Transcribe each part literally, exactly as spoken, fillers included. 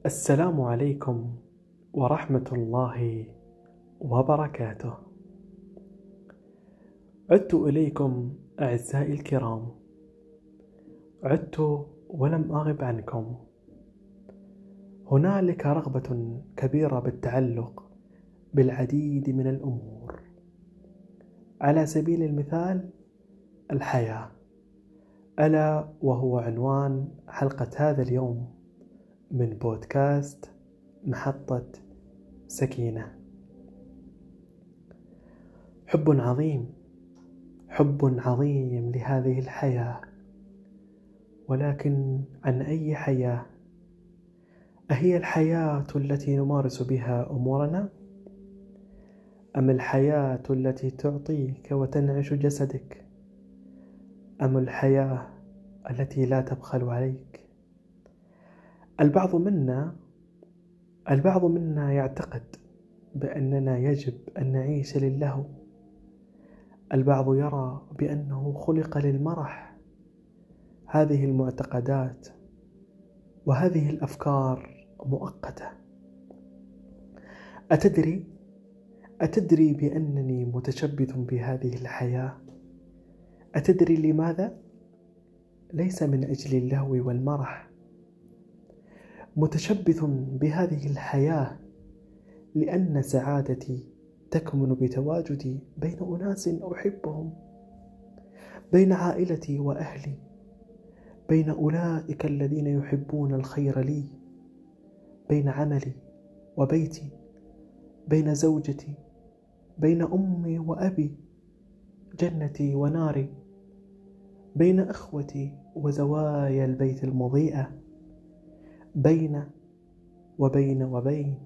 السلام عليكم ورحمة الله وبركاته. عدت إليكم أعزائي الكرام، عدت ولم أغب عنكم. هنالك رغبة كبيرة بالتعلق بالعديد من الأمور، على سبيل المثال الحياة، ألا وهو عنوان حلقة هذا اليوم من بودكاست محطة سكينة. حب عظيم، حب عظيم لهذه الحياة، ولكن عن أي حياة؟ أهي الحياة التي نمارس بها أمورنا، أم الحياة التي تعطيك وتنعش جسدك، أم الحياة التي لا تبخل عليك؟ البعض منا البعض منا يعتقد بأننا يجب أن نعيش للهو، البعض يرى بأنه خلق للمرح. هذه المعتقدات وهذه الأفكار مؤقتة. أتدري أتدري بأنني متشبث بهذه الحياة؟ أتدري لماذا؟ ليس من أجل اللهو والمرح، متشبث بهذه الحياة لأن سعادتي تكمن بتواجدي بين أناس أحبهم، بين عائلتي وأهلي، بين أولئك الذين يحبون الخير لي، بين عملي وبيتي، بين زوجتي، بين أمي وأبي، جنتي وناري، بين أخوتي وزوايا البيت المضيئة، بين وبين وبين.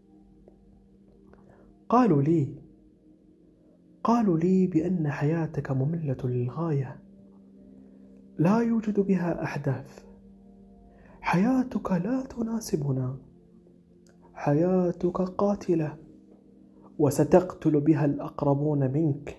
قالوا لي قالوا لي بأن حياتك مملة للغاية، لا يوجد بها أحداث، حياتك لا تناسبنا، حياتك قاتلة وستقتل بها الأقربون منك.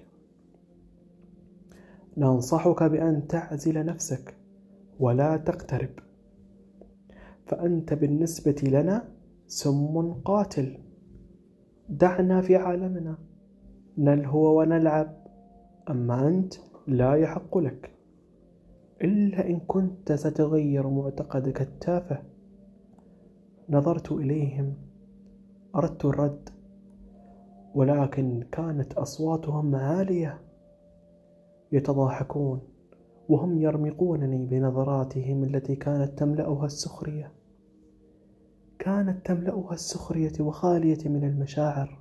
ننصحك بأن تعزل نفسك ولا تقترب، فأنت بالنسبة لنا سم قاتل. دعنا في عالمنا نلهو ونلعب، أما أنت لا يحق لك، إلا إن كنت ستغير معتقدك التافه. نظرت إليهم، أردت الرد، ولكن كانت أصواتهم عالية، يتضاحكون وهم يرمقونني بنظراتهم التي كانت تملأها السخرية كانت تملأها السخرية وخالية من المشاعر.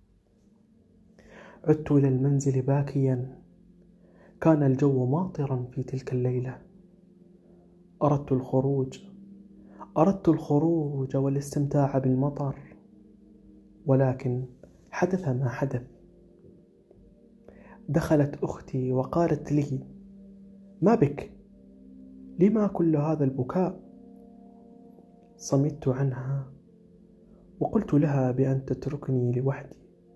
عدت إلى المنزل باكيا، كان الجو ماطرا في تلك الليلة. أردت الخروج أردت الخروج والاستمتاع بالمطر، ولكن حدث ما حدث. دخلت أختي وقالت لي: ما بك؟ لما كل هذا البكاء؟ صمت عنها وقلت لها بأن تتركني لوحدي.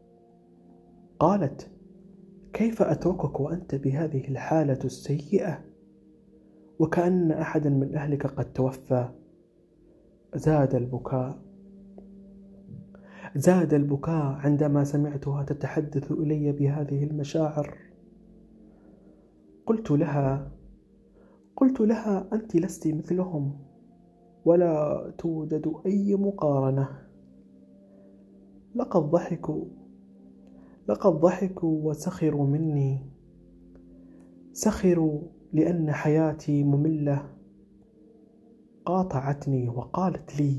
قالت: كيف أتركك وأنت بهذه الحالة السيئة وكأن أحدا من أهلك قد توفى؟ زاد البكاء زاد البكاء عندما سمعتها تتحدث إلي بهذه المشاعر. قلت لها قلت لها أنت لست مثلهم، ولا توجد أي مقارنة. لقد ضحكوا لقد ضحكوا وسخروا مني، سخروا لأن حياتي مملة. قاطعتني وقالت لي: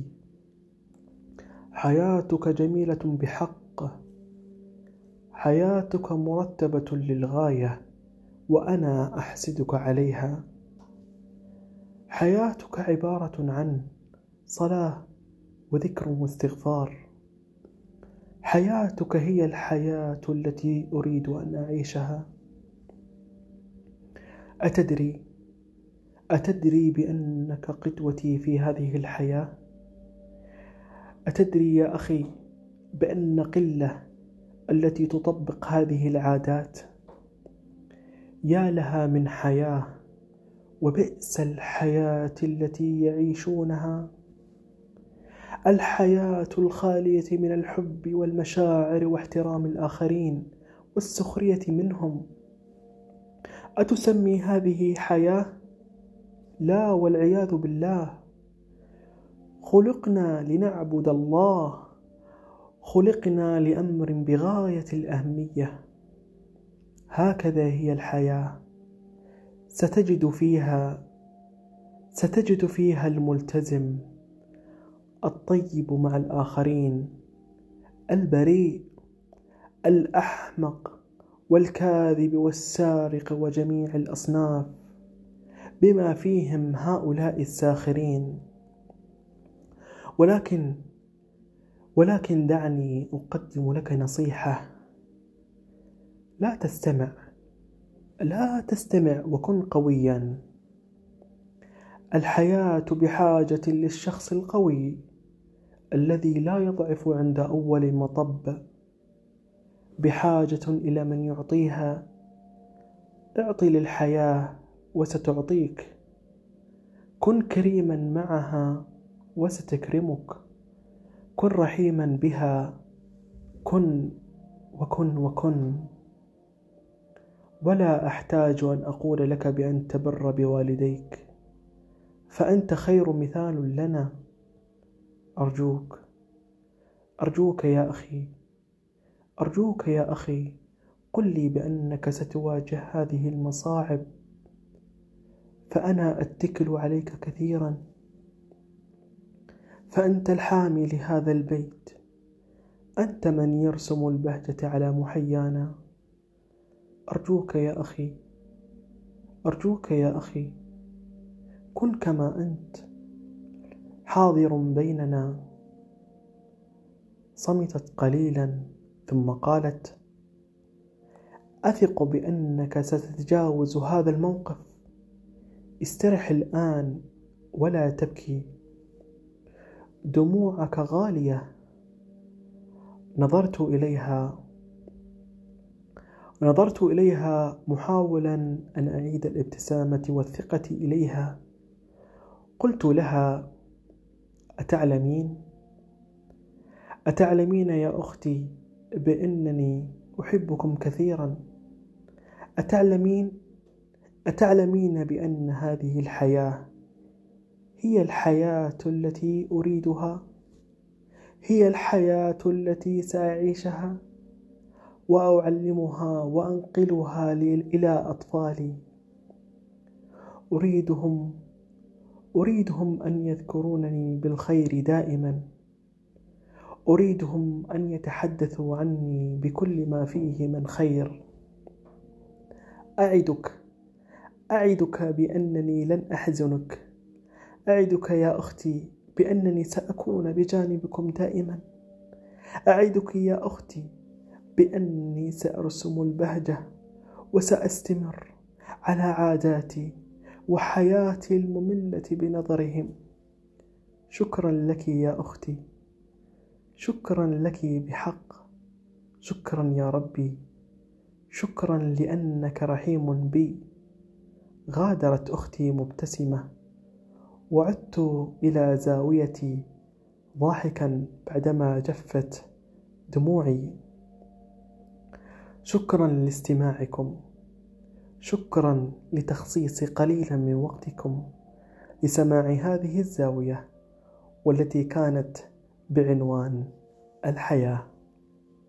حياتك جميلة بحق، حياتك مرتبة للغاية، وأنا أحسدك عليها. حياتك عبارة عن صلاة وذكر واستغفار. حياتك هي الحياة التي أريد أن أعيشها. أتدري أتدري بأنك قدوتي في هذه الحياة؟ أتدري يا أخي بأن قلة التي تطبق هذه العادات؟ يا لها من حياة، وبئس الحياة التي يعيشونها. الحياة الخالية من الحب والمشاعر واحترام الآخرين والسخرية منهم. أتسمي هذه حياة؟ لا والعياذ بالله. خلقنا لنعبد الله، خلقنا لأمر بغاية الأهمية. هكذا هي الحياة. ستجد فيها ستجد فيها الملتزم، الطيب مع الآخرين، البريء، الأحمق والكاذب والسارق وجميع الأصناف، بما فيهم هؤلاء الساخرين. ولكن ولكن دعني أقدم لك نصيحة. لا تستمع لا تستمع وكن قويا. الحياة بحاجة للشخص القوي الذي لا يضعف عند أول مطب، بحاجة إلى من يعطيها. اعطي للحياة وستعطيك. كن كريما معها وستكرمك. كن رحيما بها. كن وكن وكن. ولا أحتاج أن أقول لك بأن تبر بوالديك، فأنت خير مثال لنا. أرجوك أرجوك يا أخي أرجوك يا أخي قل لي بأنك ستواجه هذه المصاعب، فأنا أتكل عليك كثيرا. فأنت الحامي لهذا البيت، أنت من يرسم البهجة على محيانا. أرجوك يا أخي أرجوك يا أخي كن كما أنت، حاضر بيننا. صمتت قليلا ثم قالت: أثق بأنك ستتجاوز هذا الموقف. استرح الآن ولا تبكي، دموعك غالية. نظرت إليها نظرت إليها محاولا أن أعيد الابتسامة والثقة إليها. قلت لها: أتعلمين أتعلمين يا أختي بأنني أحبكم كثيرا؟ أتعلمين أتعلمين بأن هذه الحياة هي الحياة التي أريدها، هي الحياة التي سأعيشها وأعلمها وأنقلها إلى أطفالي. أريدهم أريدهم أن يذكرونني بالخير دائما. أريدهم أن يتحدثوا عني بكل ما فيه من خير. أعدك أعدك بأنني لن أحزنك. أعدك يا أختي بأنني سأكون بجانبكم دائما. أعدك يا أختي بأني سأرسم البهجة وسأستمر على عاداتي وحياتي المملة بنظرهم. شكرا لك يا أختي، شكرا لك بحق. شكرا يا ربي، شكرا لأنك رحيم بي. غادرت أختي مبتسمة، وعدت إلى زاويتي ضاحكا بعدما جفت دموعي. شكرا لاستماعكم، شكرا لتخصيص قليلا من وقتكم لسماع هذه الزاوية والتي كانت بعنوان الحياة.